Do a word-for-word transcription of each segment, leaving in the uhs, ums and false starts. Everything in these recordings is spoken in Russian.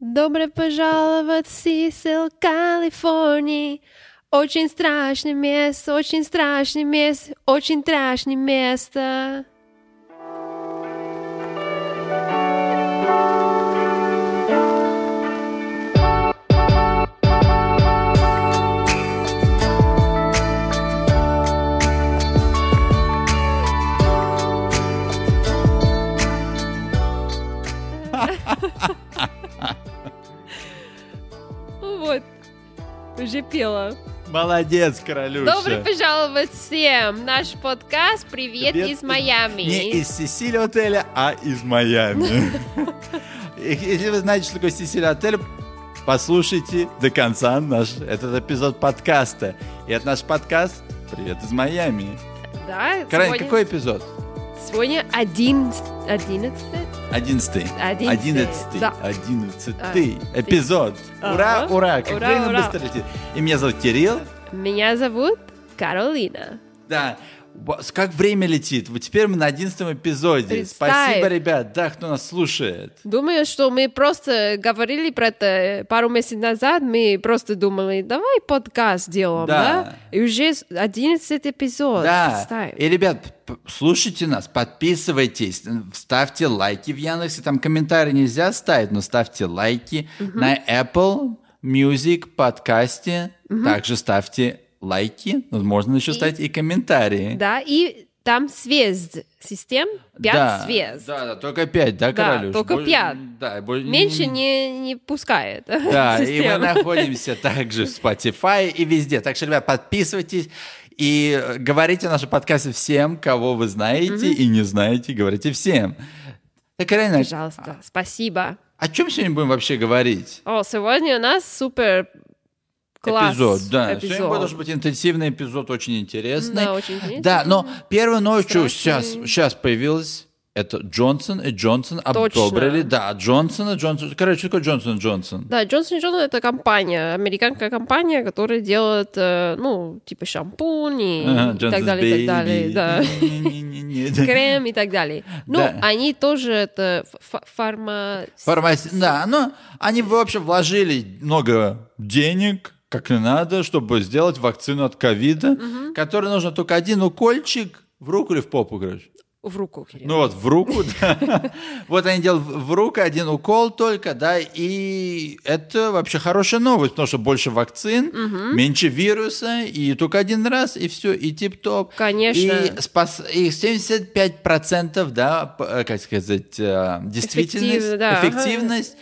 Добро пожаловать в Сисил, Калифорния. Очень страшное место, очень страшное место, очень страшное место. Вот, уже пела. Молодец, Королюша. Добро пожаловать всем в наш подкаст «Привет, Привет из Майами». Не из Сисили отеля, а из Майами. Если вы знаете, что такое Сисили отель, послушайте до конца наш этот эпизод подкаста. И это наш подкаст «Привет из Майами». Да. Каролина, какой эпизод? Сегодня одиннадцатый. Одиннадцатый? Одиннадцатый. Одиннадцатый. Да. Одиннадцатый эпизод. Ура, Ага. ура, как Ура, время ура. быстро летит. И меня зовут Кирилл. Меня зовут Каролина. Да. Как время летит. Вот теперь мы на одиннадцатом эпизоде. Представь. Спасибо, ребят, да, кто нас слушает. Думаю, что мы просто говорили про это пару месяцев назад. Мы просто думали, давай подкаст делаем, да? Да. И уже одиннадцатый эпизод. Да. Представь. И, ребят, п- слушайте нас, подписывайтесь, ставьте лайки в Яндексе. Там комментарии нельзя ставить, но ставьте лайки на Apple Music подкасте. Также ставьте лайки. Ну, можно еще И- ставить и комментарии. Да, и там звезд. Систем пять да, звезд. Да, да, только пять, да, Да, Королюш? только Больше- пять. Да, больше- Меньше не, не пускает. Да, и мы система. находимся также в Spotify и везде. Так что, ребят, подписывайтесь и говорите о нашем подкасте всем, кого вы знаете и не знаете, говорите всем. Так, Каролина, Пожалуйста, спасибо. о чем сегодня будем вообще говорить? О, сегодня у нас супер класс. Эпизод, да. эпизод. Сегодня должен быть интенсивный эпизод, очень интересный. Да, очень интересный. Да, но первая новость, что сейчас, Страшный. сейчас появилась, это Джонсон и Джонсон Точно. одобрили. Да, Джонсон и Джонсон. Короче, что такое Джонсон и Джонсон? Да, Джонсон и Джонсон — это компания, американская компания, которая делает, э, ну, типа шампунь и, Ага, и так Johnson's далее, и так далее, Baby. да. Не-не-не-не. Крем и так далее. Ну, Да. они тоже это ф- фарма... Фармаси... Да, но они вообще вложили много денег, как и надо, чтобы сделать вакцину от ковида, которой нужно только один укольчик в руку или в попу, короче. в руку, Кирилл. Ну вот, в руку, да. Вот они делают в руку один укол только, да, и это вообще хорошая новость, потому что больше вакцин, меньше вируса, и только один раз, и все, и тип-топ. Конечно. И, спас... и семьдесят пять процентов, да, п- как сказать, э, действительность, Эффективно, да, ага. эффективность.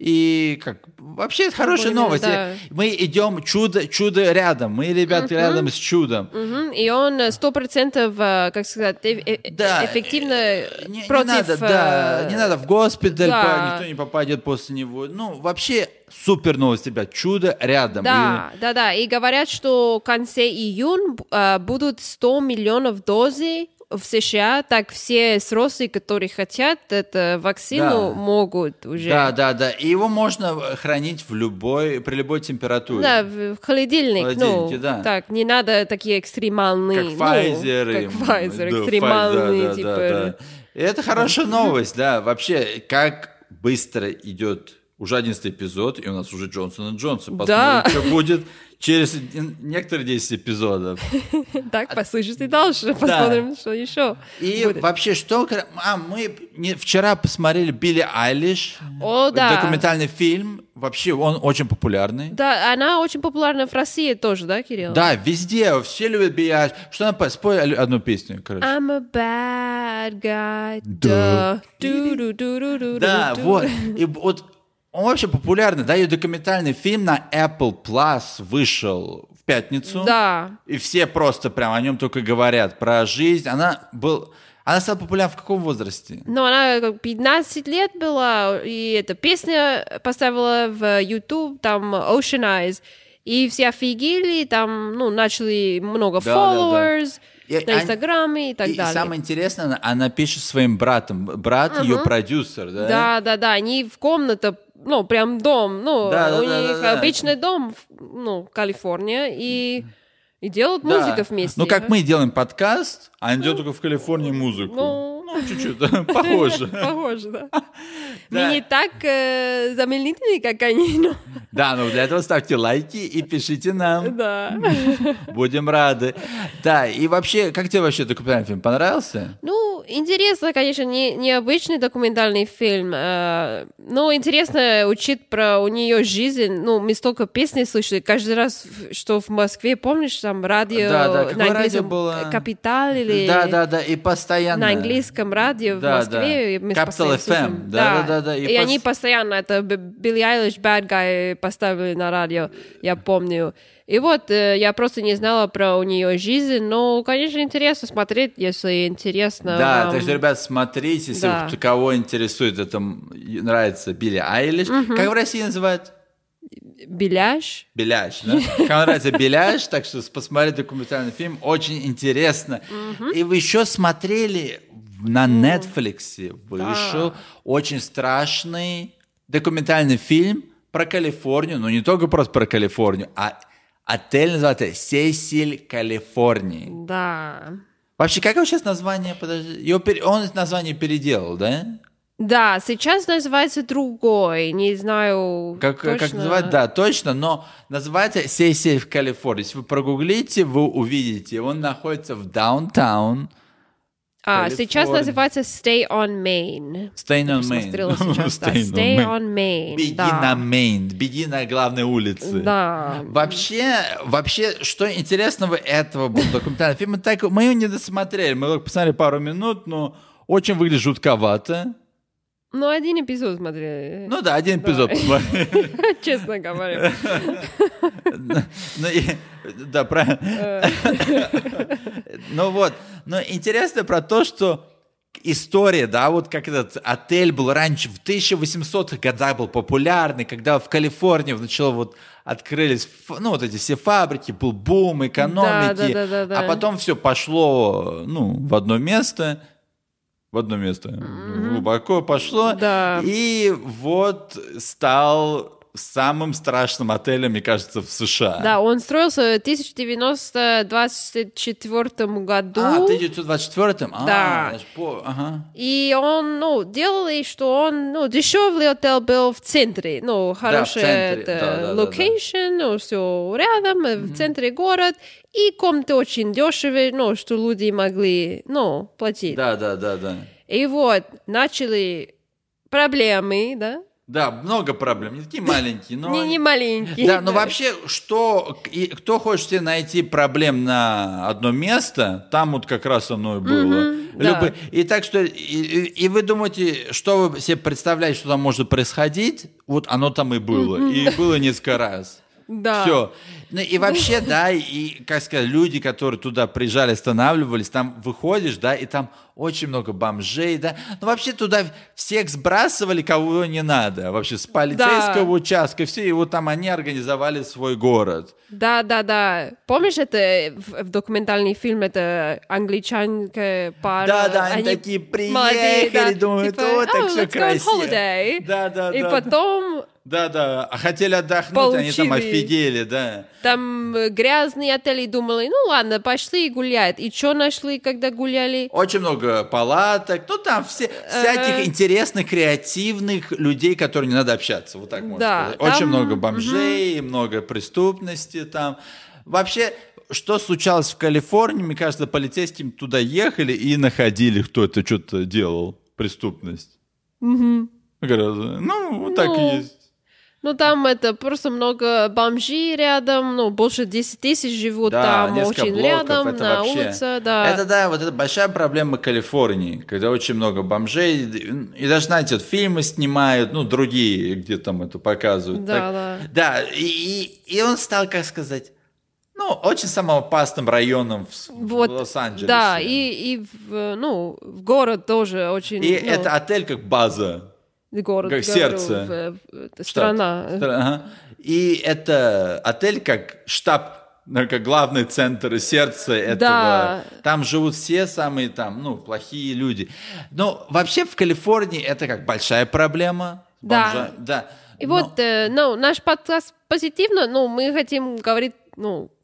И как вообще это хорошая Именно, новость. да. Мы идем чудо, чудо рядом. Мы, ребят, рядом с чудом. Мгм. И он сто процентов, э, как сказать, э- э- Да. эффективно Не, не против... надо, да, э, не надо в госпиталь, да. по- никто не попадет после него. Ну, вообще, супер новость, ребят, чудо рядом. Да, да, да. И говорят, что в конце июня э, будут сто миллионов дозы в США, так все взрослые, которые хотят эту вакцину, Да. могут И- уже. да, да, да. И его можно хранить в любой, при любой температуре. Да, в в холодильник, холодильнике, ну, да. так, не надо такие экстремальные, Как ну, Pfizer. и- как Pfizer, да, экстремальные, Pfizer, да, типа. да, да. И это хорошая новость, да. Вообще, как быстро идет уже одиннадцатый эпизод, и у нас уже Джонсон и Джонсон. Да. Посмотрим, что будет через некоторые десять эпизодов. Так, послушайте дальше, посмотрим, что еще И будет. вообще, что... кра- А, мы не- вчера посмотрели Билли Айлиш. О, да. Документальный фильм. Вообще, он очень популярный. Да, она очень популярна в России тоже, да, Кирилл? Да, везде. Все любят Билли Айлиш. Что она... по- Спой одну песню, короче. I'm a bad guy. Да. Да. Ду-ду-ду-ду-ду-ду-ду. Да, вот. И вот он вообще популярный. Да, ее документальный фильм на Apple Plus вышел в пятницу. Да. И все просто прям о нем только говорят. Про жизнь. Она был... Она стала популярна в каком возрасте? Но она как пятнадцать лет была, и эта песня поставила в YouTube, там Ocean Eyes, и все офигели, там, ну, начали много Да, да, да. followers И на они- Инстаграме и так и, далее. И самое интересное, она, она пишет своим братом. Брат ее продюсер, да? Да, да, да, они в комнате, ну, прям дом, ну, Да, да, у да, них да, да. обычный дом, в- ну, Калифорния, и, и делают Да. музыку вместе. Ну, как мы делаем подкаст, а они делают только в Калифорнии музыку. Ну, Ну, чуть-чуть, да, похоже. похоже, да. Мы не так э, знаменитые, как они, но... Да, но для этого ставьте лайки и пишите нам. Да. Будем рады. Да, и вообще, как тебе вообще документальный фильм? Понравился? Ну, интересно, конечно, не, необычный документальный фильм, э, но интересно учить про у нее жизнь. Ну, мы столько песни слышали. Каждый раз, что в Москве, помнишь, там радио Да, да, на какое радио английском было? «Капитал» или... Да, да, да, и постоянно. На английском радио Да, в Москве. да. Мы Capital постоянно эф эм, слушаем. да, да, да, да. И, И и пос- они постоянно, это Билли Айлиш, Bad Guy поставили на радио, я помню. И вот э, я просто не знала про у нее жизнь, но, конечно, интересно смотреть, если интересно. Да, вам. так что, ребят, смотрите, если Да. вот кого интересует, это м, нравится Билли Айлиш. Как в России называют? Беляш. Беляш, да? Кому нравится Беляш, так что посмотрите документальный фильм, очень интересно. И вы еще смотрели на Netflix, вышел Да. очень страшный документальный фильм про Калифорнию, но не только просто про Калифорнию, а отель называется «Сесиль, Калифорния». Да. Вообще, как его сейчас название? Подожди. Его пере- Он название переделал, да? Да, сейчас называется другой, не знаю Как, точно. как называть? Да, точно, но называется «Сесиль в Калифорнии». Если вы прогуглите, вы увидите. Он находится в даунтаун. А, Калифорния. сейчас называется Stay on Main. Stay on Main. Посмотрела сейчас, да. Stay on Stay Main. on Main. Беги да. на Мейн, беги на главной улице. Да. Вообще, вообще, что интересного этого был документального фильма, так мы его не досмотрели, мы только посмотрели пару минут, но очень выглядит жутковато. Ну, один эпизод смотрели. Ну да, один эпизод посмотрели. Честно говоря. Ну, и- Да, правильно. Ну вот, но интересно про то, что история, да, вот как этот отель был раньше, в тысяча восьмисотых годах был популярный, когда в Калифорнии начало вот открылись, ф- ну, вот эти все фабрики, был бум экономики, Да, да, да, да, да. а потом все пошло, ну, в одно место, в одно место, глубоко пошло, Да. и вот стал самым страшным отелем, мне кажется, в США. Да, он строился в тысяча девятьсот двадцать четвёртом году. А, в тысяча девятьсот двадцать четвёртом? А, Да. значит, по- ага. И он, ну, делали, что он, ну, дешевый отель был в центре, ну, хороший центре, да, да, да, локейшн, ну, все рядом, э, в центре город, и комнаты очень дешевые, ну, что люди могли, ну, платить. Да, да, да, да. И вот начали проблемы, да? Да, много проблем, не такие маленькие, но... Не, не маленькие. Да, но вообще, что, и кто хочет себе найти проблем на одно место, там вот как раз оно и было. да. Любы- И так что, и, и- и вы думаете, что вы себе представляете, что там может происходить, вот оно там и было, и было несколько раз. Да. Все. Ну и вообще, да, и, как сказать, люди, которые туда приезжали, останавливались, там выходишь, да, и там очень много бомжей, да. Ну вообще туда всех сбрасывали, кого не надо. Вообще с полицейского Да. участка, все, и вот там они организовали свой город. Да, да, да. Помнишь, это в, в документальный фильм, это англичанка пара. Да, да, они такие молодые, приехали, да, думают, типа, о, так «Oh, все let's go on красиво. holiday». Да, да, И да. потом Да, да, а хотели отдохнуть, они там Получили. офигели, да. там э, грязные отели, думали, ну ладно, пошли гулять. И что нашли, когда гуляли? Очень много палаток, ну там все, всяких Ага. интересных, креативных людей, которым не надо общаться, вот так можно Да, сказать. Очень там- много бомжей, много преступности там. Вообще, что случалось в Калифорнии, мне кажется, полицейским туда ехали и находили, кто это что-то делал, преступность. Ну, вот так и Ну, есть. Ну, там это просто много бомжей рядом, ну, больше десять тысяч живут Да, там, несколько очень блоков, рядом, это на вообще- улице, да. Это да, вот это большая проблема Калифорнии, когда очень много бомжей, и даже, знаете, вот фильмы снимают, ну, другие, где там это показывают. Да, Так- да. Да, и, и- и он стал, как сказать, ну, очень самым опасным районом в, в Вот, Лос-Анджелесе. да, и, и в, ну, в город тоже очень... И ну, это отель как база. город, как говорю, сердце. в- в- это штат. страна. Стра- ага. И это отель как штаб, ну, как главный центр, сердце этого. Да. Там живут все самые там, ну, плохие люди. Но вообще в Калифорнии это как большая проблема. Да. Бомжа- да. И Но- вот, э, ну, наш подкаст позитивно, ну, мы хотим говорить, ну,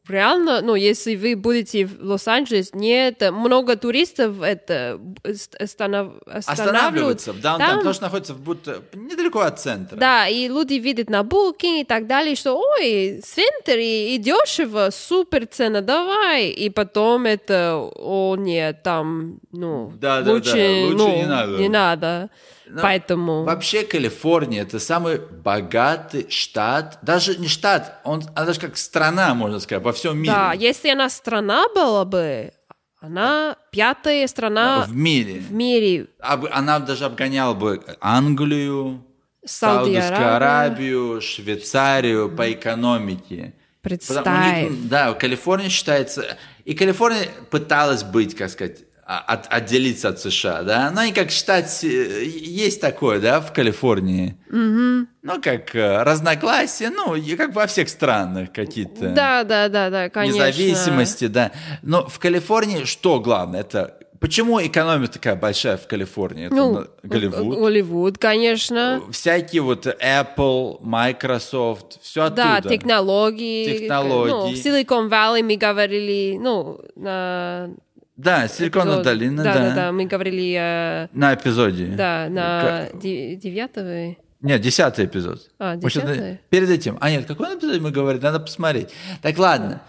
реально, ну, если вы будете в Лос-Анджелесе, нет, много туристов это останов... останавливаются в даунтауне, там... потому что находится будто недалеко от центра. Да, и люди видят на Booking и так далее, что, ой, центр и, и дешево, супер цена, давай. И потом это, о, нет, там, ну, да, лучше, да, да. лучше ну, не надо. Не надо. Но Поэтому... Вообще Калифорния — это самый богатый штат, даже не штат, он, она даже как страна, можно сказать, во всем мире. Да, если она страна была бы, она пятая страна в мире. В мире. Она даже обгоняла бы Англию, Сауди Саудовскую Аравию, Швейцарию mm-hmm. по экономике. Представь. Них, да, Калифорния считается... И Калифорния пыталась быть, как сказать, от, отделиться от США, да? Она и как считать... Есть такое, да, в Калифорнии? Mm-hmm. Ну, как разногласия, ну, как во всех странах какие-то... Да, да, да, да, конечно. Независимости, да. Но в Калифорнии что главное? Это... Почему экономика такая большая в Калифорнии? Это ну, Голливуд. Голливуд, конечно. Всякие вот Apple, Microsoft, все оттуда. Да, технологии. Технологии. Ну, в Silicon Valley мы говорили, ну, на... Да, Силиконовая долина, да. Да, да, да, мы говорили... Э... На эпизоде. Да, на К... девятого... Нет, десятый эпизод. А, десятый? Перед этим. А нет, какой эпизод мы говорили? Надо посмотреть. Так, ладно.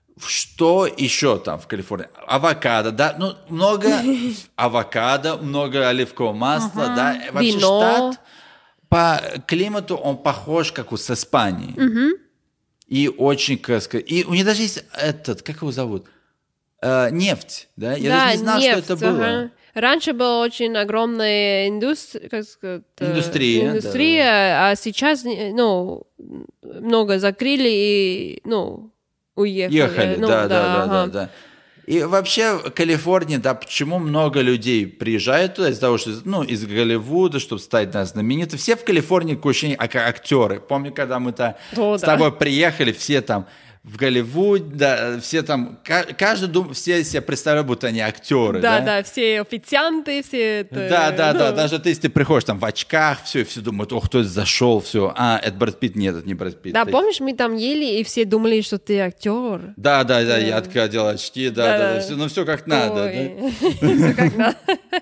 Что еще там в Калифорнии? Авокадо, да, ну, много авокадо, много оливкового масла, uh-huh. да. Вообще Вино. Штат по климату, он похож, как у с Испанией. Uh-huh. И очень, как сказать, и у них даже есть этот, как его зовут? Э, нефть, да? Я да, даже не знал, нефть, что это было. Ага. Раньше была очень огромная индустри... как сказать, индустрия, индустрия да. А сейчас, ну, много закрыли и, ну, уехали. Ехали, ну, да, да, да, да, ага. да, да. И вообще в Калифорнии, да, почему много людей приезжают туда из-за того, что, ну, из Голливуда, чтобы стать, да, знаменитым. Все в Калифорнии, очень актеры. Помню, когда мы-то О, с да. тобой приехали, все там в Голливуде, да, все там, каждый дум, все себе представляют, будто они актеры, да? Да, да, все официанты, все это... Да, да, ну... да, даже ты, если ты приходишь там в очках, все, и все думают, ох, кто это зашел, все, а, это Брэд Питт, нет, это не Брэд Питт. Да, помнишь, мы там ели, и все думали, что ты актер. Да, да, да, я одел очки, да, да, да, да. все, ну все как надо, да. Все как надо.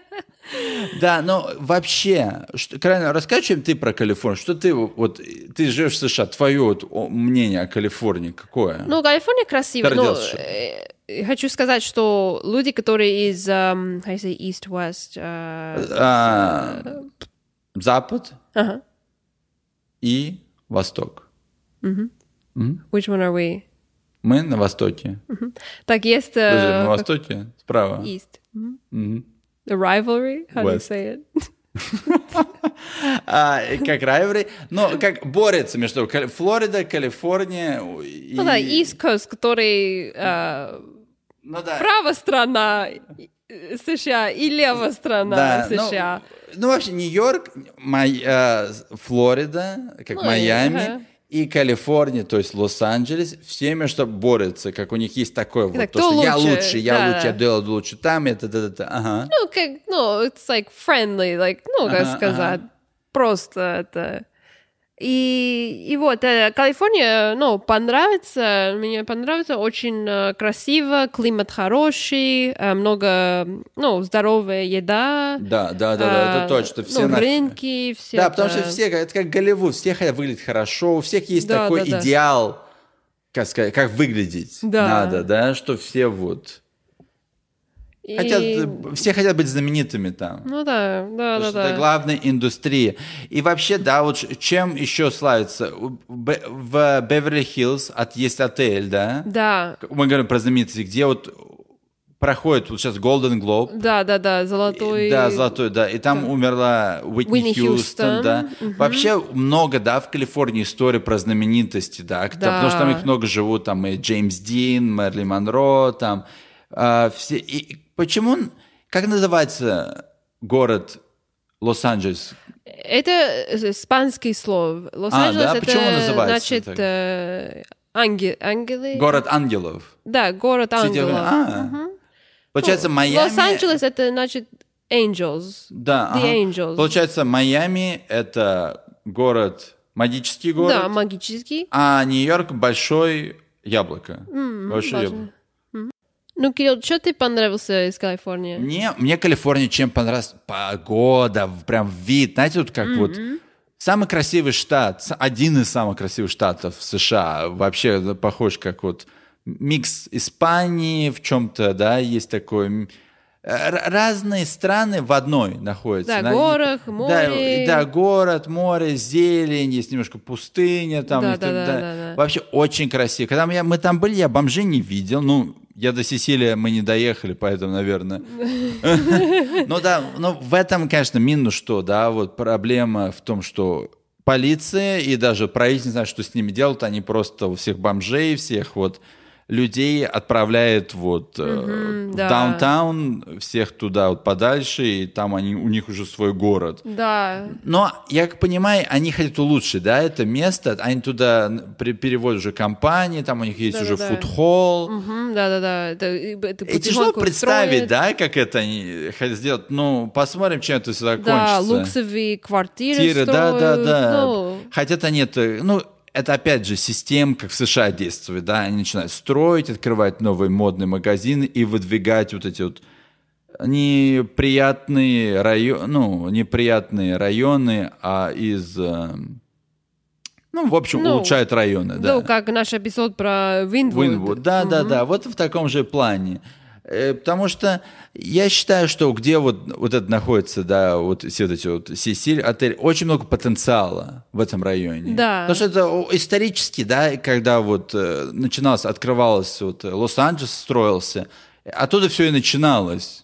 Да, но вообще, что, Каролина, расскажи, чем ты про Калифорнию. Что ты, вот, ты живешь в США, твое вот мнение о Калифорнии какое? Ну, Калифорния красивая. Ну, э, хочу сказать, что люди, которые из, um, how you say, East, West... Uh, а, uh, Запад uh-huh. и Восток. Mm-hmm. Mm-hmm. Which one are we? Мы на Востоке. Mm-hmm. Так, есть... Uh, Подожди, мы на Востоке? Справа. East. Mm-hmm. Mm-hmm. The rivalry? How West. do you say it? а, как rivalry? Ну, как борется между Флорида, Калифорния и... Ну да, East Coast, который uh, ну, да. правая страна США и левая страна да, США. Ну, ну, вообще, Нью-Йорк, Май, э, Флорида, как ну, Майами... Ага. И Калифорния, то есть Лос-Анджелес, все между борются, как у них есть такое вот, то, что лучше? я лучше, я да, лучше, да. я делаю лучше там, это, это, это, ага. Ну, как, ну, it's like friendly, like, ну, как ага, сказать, ага. просто это... И, и вот, э, Калифорния, ну, понравится, мне понравится, очень э, красиво, климат хороший, э, много, ну, здоровая еда. Да, да, да, да, это точно. Все ну, на... рынки, все Да, это... потому что все, это как Голливуд, все хотят выглядеть хорошо, у всех есть да, такой да, идеал, да. как сказать, как выглядеть да. надо, да, что все вот... И... Хотят, все хотят быть знаменитыми там. Ну да, да, да, да. Это главная индустрия. И вообще, да, вот чем еще славится? В Беверли-Хиллз от есть отель, да? Да. Мы говорим про знаменитости, где вот проходит вот сейчас Golden Globe. Да, да, да, золотой. И, да, золотой, да. И там да. умерла Уитни, Уитни Хьюстон, Хьюстон, да. Угу. Вообще много, да, в Калифорнии истории про знаменитости, да. да. Потому что там их много живут, там и Джеймс Дин, Мэрилин Монро, там а, все. И почему, как называется город Лос-Анджелес? Это испанский слово. Лос-Анджелес а, да? это Почему он называется значит э, ангел, ангелы. Город ангелов. Да, город ангелов. А, угу. Получается, ну, Майами... Лос-Анджелес это значит angels. Да, The ага. angels. Получается, Майами это город, магический город. Да, магический. А Нью-Йорк большой яблоко. М, Большое важно. яблоко. Мгм. Ну, Кирилл, что ты понравился из Калифорнии? Мне, мне Калифорния чем понравилась? Погода, в- прям вид. Знаете, вот как вот самый красивый штат, с- один из самых красивых штатов в США. Вообще похож как вот микс Испании в чем-то, да, есть такой. м, р- Разные страны в одной находятся. Да, На- город, Да, море. да, город, море, зелень, есть немножко пустыня. Там, Да, и да, так да, далее. да, да. Вообще очень красиво. Когда мы, мы там были, я бомжей не видел. Ну, я до Сесилия мы не доехали, поэтому, наверное. Ну да, но в этом, конечно, минус что, да, вот проблема в том, что полиция и даже правительство не знают, что с ними делают, они просто у всех бомжей, всех вот людей отправляют вот э, в да. даунтаун, всех туда вот подальше, и там они, у них уже свой город. Да. Но, я как понимаю, они хотят улучшить, да, это место, они туда при- переводят уже компании, там у них есть уже Да-да-да. фудхолл. Мгм, да-да-да. Это, это И тяжело потихоньку представить, строят. да, как это они хотят сделать. Ну, посмотрим, чем это все закончится. Да, люксовые квартиры Квартиры, да, да, строят. да. Ну, Хотят они это, ну, это опять же система, как в США действует, да, они начинают строить, открывать новые модные магазины и выдвигать вот эти вот неприятные районы, ну, неприятные районы, а из, э, ну, в общем, Ну, улучшают районы, да. ну, как наш эпизод про Виндвуд. Уинвуд. Да, да, да. Вот в таком же плане. Э, Потому что я считаю, что где вот, вот это находится, да, вот все вот эти вот Сесиль, отель, очень много потенциала в этом районе. Да. Потому что это о- исторически, да, когда вот э, начиналось, открывалось, вот э, Лос-Анджелес строился, оттуда все и начиналось.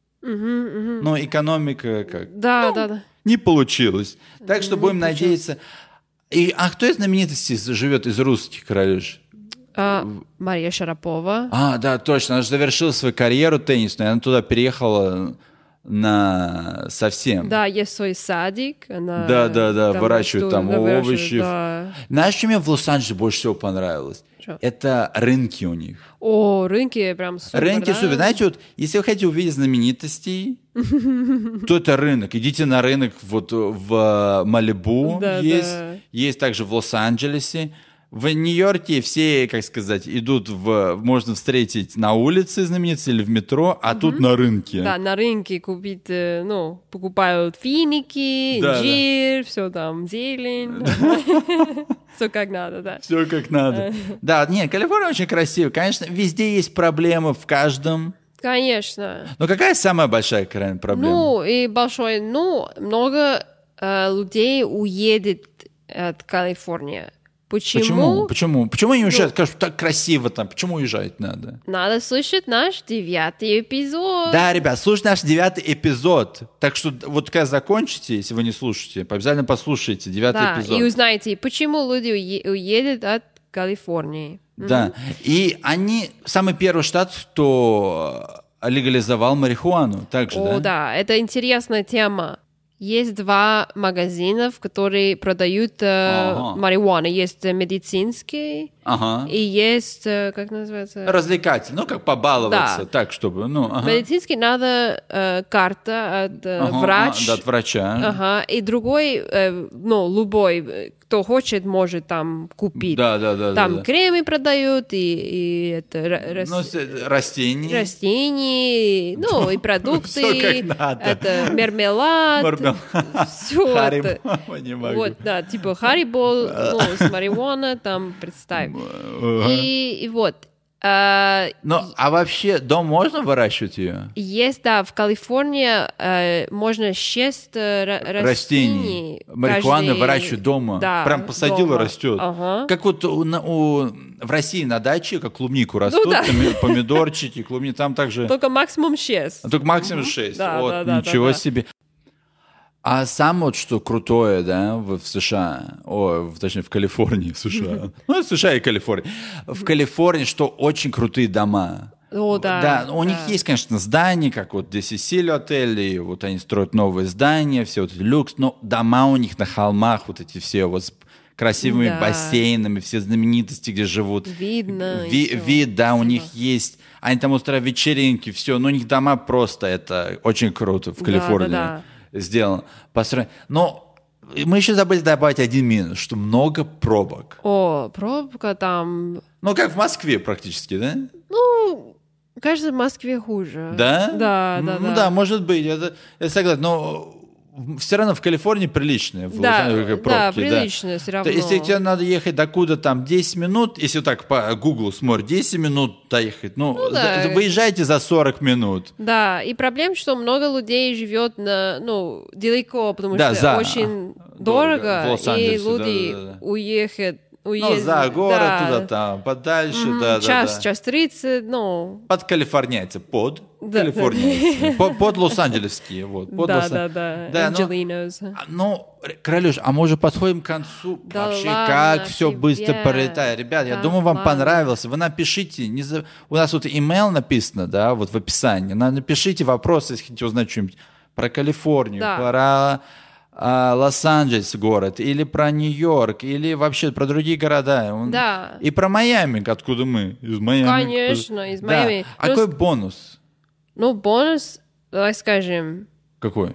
Но экономика как Да, да, да. не получилось. Так что будем надеяться. И, а кто из знаменитостей живет из русских, Королюш? А, Мария Шарапова. А, да, точно. Она же завершила свою карьеру теннисную. Она туда переехала на совсем. Да, есть свой садик. Она Да, да, да, там выращивает растут, там да, выращивает, овощи. да. Знаешь, что мне в Лос-Анджелесе больше всего понравилось? Чё? Это рынки у них. О, рынки прям супер, Рынки да? супер. Знаете, вот если вы хотите увидеть знаменитостей, то это рынок. Идите на рынок вот в Малибу Да, есть, да. есть также в Лос-Анджелесе. В Нью-Йорке все, как сказать, идут в... Можно встретить на улице знаменитостей или в метро, а тут на рынке. Да, на рынке купить, э, ну, покупают финики, Да, да. инжир, все там, зелень. Все как надо, да. Все как надо. Да, нет, Калифорния очень красивая. Конечно, везде есть проблемы, в каждом. Конечно. Но какая самая большая Карен, проблема? Ну, и большой, ну, много э, людей уедет от Калифорнии. Почему? Почему? Почему? Почему они уезжают? Скажут, так красиво там. Почему уезжать надо? Надо слышать наш девятый эпизод. Да, ребят, слушайте наш девятый эпизод. Так что вот когда закончите, если вы не слушаете, обязательно послушайте девятый Да, эпизод. и узнаете, почему люди уе- уедут от Калифорнии. Да. И они самый первый штат, кто легализовал марихуану. Также, О, да? да, это интересная тема. Есть два магазина, которые продают э, Ага. марихуану. Есть э, медицинский Ага. и есть, э, как называется? Развлекать, ну, как побаловаться, Да. так, чтобы, ну, ага. Медицинский надо э, карта от э, Ага, врач. а, да, от врача. Ага, и другой, э, ну, любой, э, кто хочет, может там купить. Да, да, да. Там да, да. кремы продают, и, и это ра- рас- Ну, с- растения. растения, ну, и продукты. Всё как надо. Это мармелад. Мармелад. Всё Харибо, это. не могу. Вот, да, типа Харибо, ну, с марихуана, там, представь. И, и вот. а, Ну, а вообще, дом можно выращивать ее? Есть, да, в Калифорнии э, можно шесть э, ра- Растений. растений. Марихуана каждый- выращивают дома. Да, Прям посадила, дома. растет. Ага. Как вот у, на- у- в России на даче, как клубнику растут, да. поми- помидорчики, клубники, там также... Только максимум шесть. А только максимум шесть. Да, вот, да, да, ничего да, да. себе. А сам вот что крутое, да, в, в США, о, в- точнее, в Калифорнии, в США, ну, в США и Калифорнии. В Калифорнии, что очень крутые дома. О, да. Да, у да. них есть, конечно, здания, как вот здесь и Силио отель, и вот они строят новые здания, все вот эти люкс, но дома у них на холмах, вот эти все вот с красивыми Да. бассейнами, все знаменитости, где живут. Видно. и Ви- всё. вид, да, у Спасибо. них есть. Они там устраивают вечеринки, все. Но у них дома просто, это очень круто в Да, Калифорнии да, сделано. Построено. Но мы еще забыли добавить один минус, что много пробок. О, пробка там... Ну, как в Москве практически, да? Ну, кажется, в Москве хуже. Да? Да, да, ну, да. да, может быть, это, я согласен, но все равно в Калифорнии приличные. В Да, Лос-Анджелесе пробки, да, приличные все равно. То, если тебе надо ехать докуда там десять минут, если вот так по Гуглу смотреть, десять минут доехать, ну, Ну, да. за- выезжайте за сорок минут. Да, и проблема, что много людей живет на, ну, далеко, потому Да, что за- очень дорого. дорого, В и Лос-Анджелесе, люди да, да, да. уехать, Ну, уездят. за город, да. туда там, подальше, Мгм, да, да, час, да. час тридцать, ну, Под калифорнийцы, под Да, калифорнийцы, под, под лос-анджелесские, вот. Под да, Лос- да, да, Да, ну, Angelinos. А, Ну, Королюш, а мы уже подходим к концу. Да Вообще, ладно, как все ребят, быстро пролетает. Ребят, я как думаю, вам ладно. понравился. Вы напишите. Не за... У нас вот имейл написано, да, вот в описании. На- Напишите вопросы, если хотите узнать что-нибудь про Калифорнию, Да. про а, Лос-Анджелес город, или про Нью-Йорк, или вообще про другие города. Он- Да. И про Майами, откуда мы. Из Майами. Конечно, из Да. Майами. А Плюс- какой бонус? Ну, бонус, давай скажем, Какой?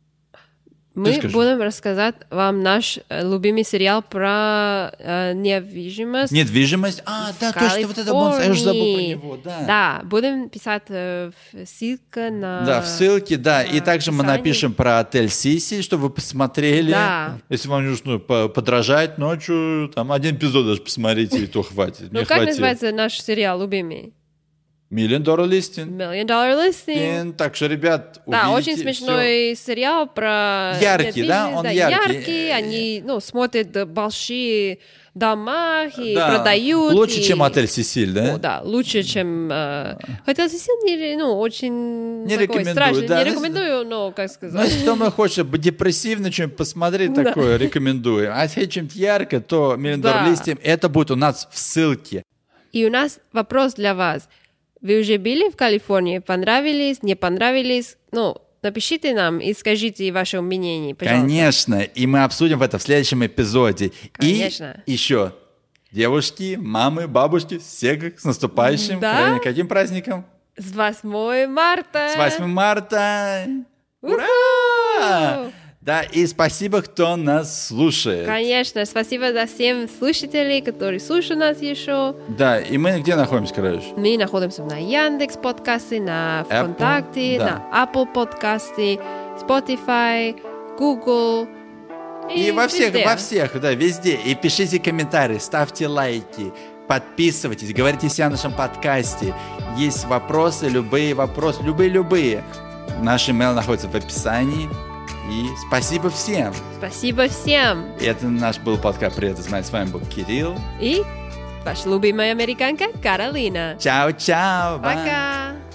мы скажи. будем рассказать вам наш э, любимый сериал про э, недвижимость. Недвижимость? А, да, точно, вот это бонус. Я уже забыл про Калифорнии. него, да. Да, будем писать э, в- ссылка на... Да, в ссылке, да. И на также мы описании. напишем про отель Сиси, чтобы вы посмотрели. Да. Если вам нужно по- подражать ночью, там один эпизод даже посмотрите, и то хватит. Мне Ну, как хватило. называется наш сериал любимый? Million Dollar Listing. Million Dollar Listing. Так что, ребят, Да, увидите очень смешной сериал про... Яркий, да? недвижимость, Он да, яркий. яркий. Они, ну, смотрят э, большие дома и всё. Да. продают. Лучше, и- чем отель Сесиль, да? О, да, лучше, чем... Э... Хотя Сесил не, ну, очень Не такой рекомендую, страшный. да. Не рекомендую, но, как Ну, сказать. если кто хочет быть депрессивно, что-нибудь посмотреть Да. такое, рекомендую. А если чем-то ярко, то Million Dollar Да. Listing, это будет у нас в ссылке. И у нас вопрос для вас. Вы уже были в Калифорнии? Понравились? Не понравились? Ну, напишите нам и скажите ваше мнение, пожалуйста. Конечно, и мы обсудим это в следующем эпизоде. Конечно. И еще, девушки, мамы, бабушки, всех с наступающим. Да. Правильно, каким праздником? С восьмого марта! С восьмым марта! Ура! У-ху! Да, и спасибо, кто нас слушает. Конечно, спасибо за всем слушателей, которые слушают нас еще. Да, и мы где находимся, короче? Мы находимся на Яндекс подкасты, на Apple, ВКонтакте, да. на Apple подкасты, Spotify, Google. И, во всех, везде. во всех, да, везде. И пишите комментарии, ставьте лайки, подписывайтесь, говорите все о нашем подкасте. Есть вопросы, любые вопросы, любые-любые. Наш email находится в описании. И спасибо всем. Спасибо всем. И это наш был подкаст «Привет, из Майи». С вами был Кирилл. И ваша любимая американка Каролина. Чао-чао. bye. Пока.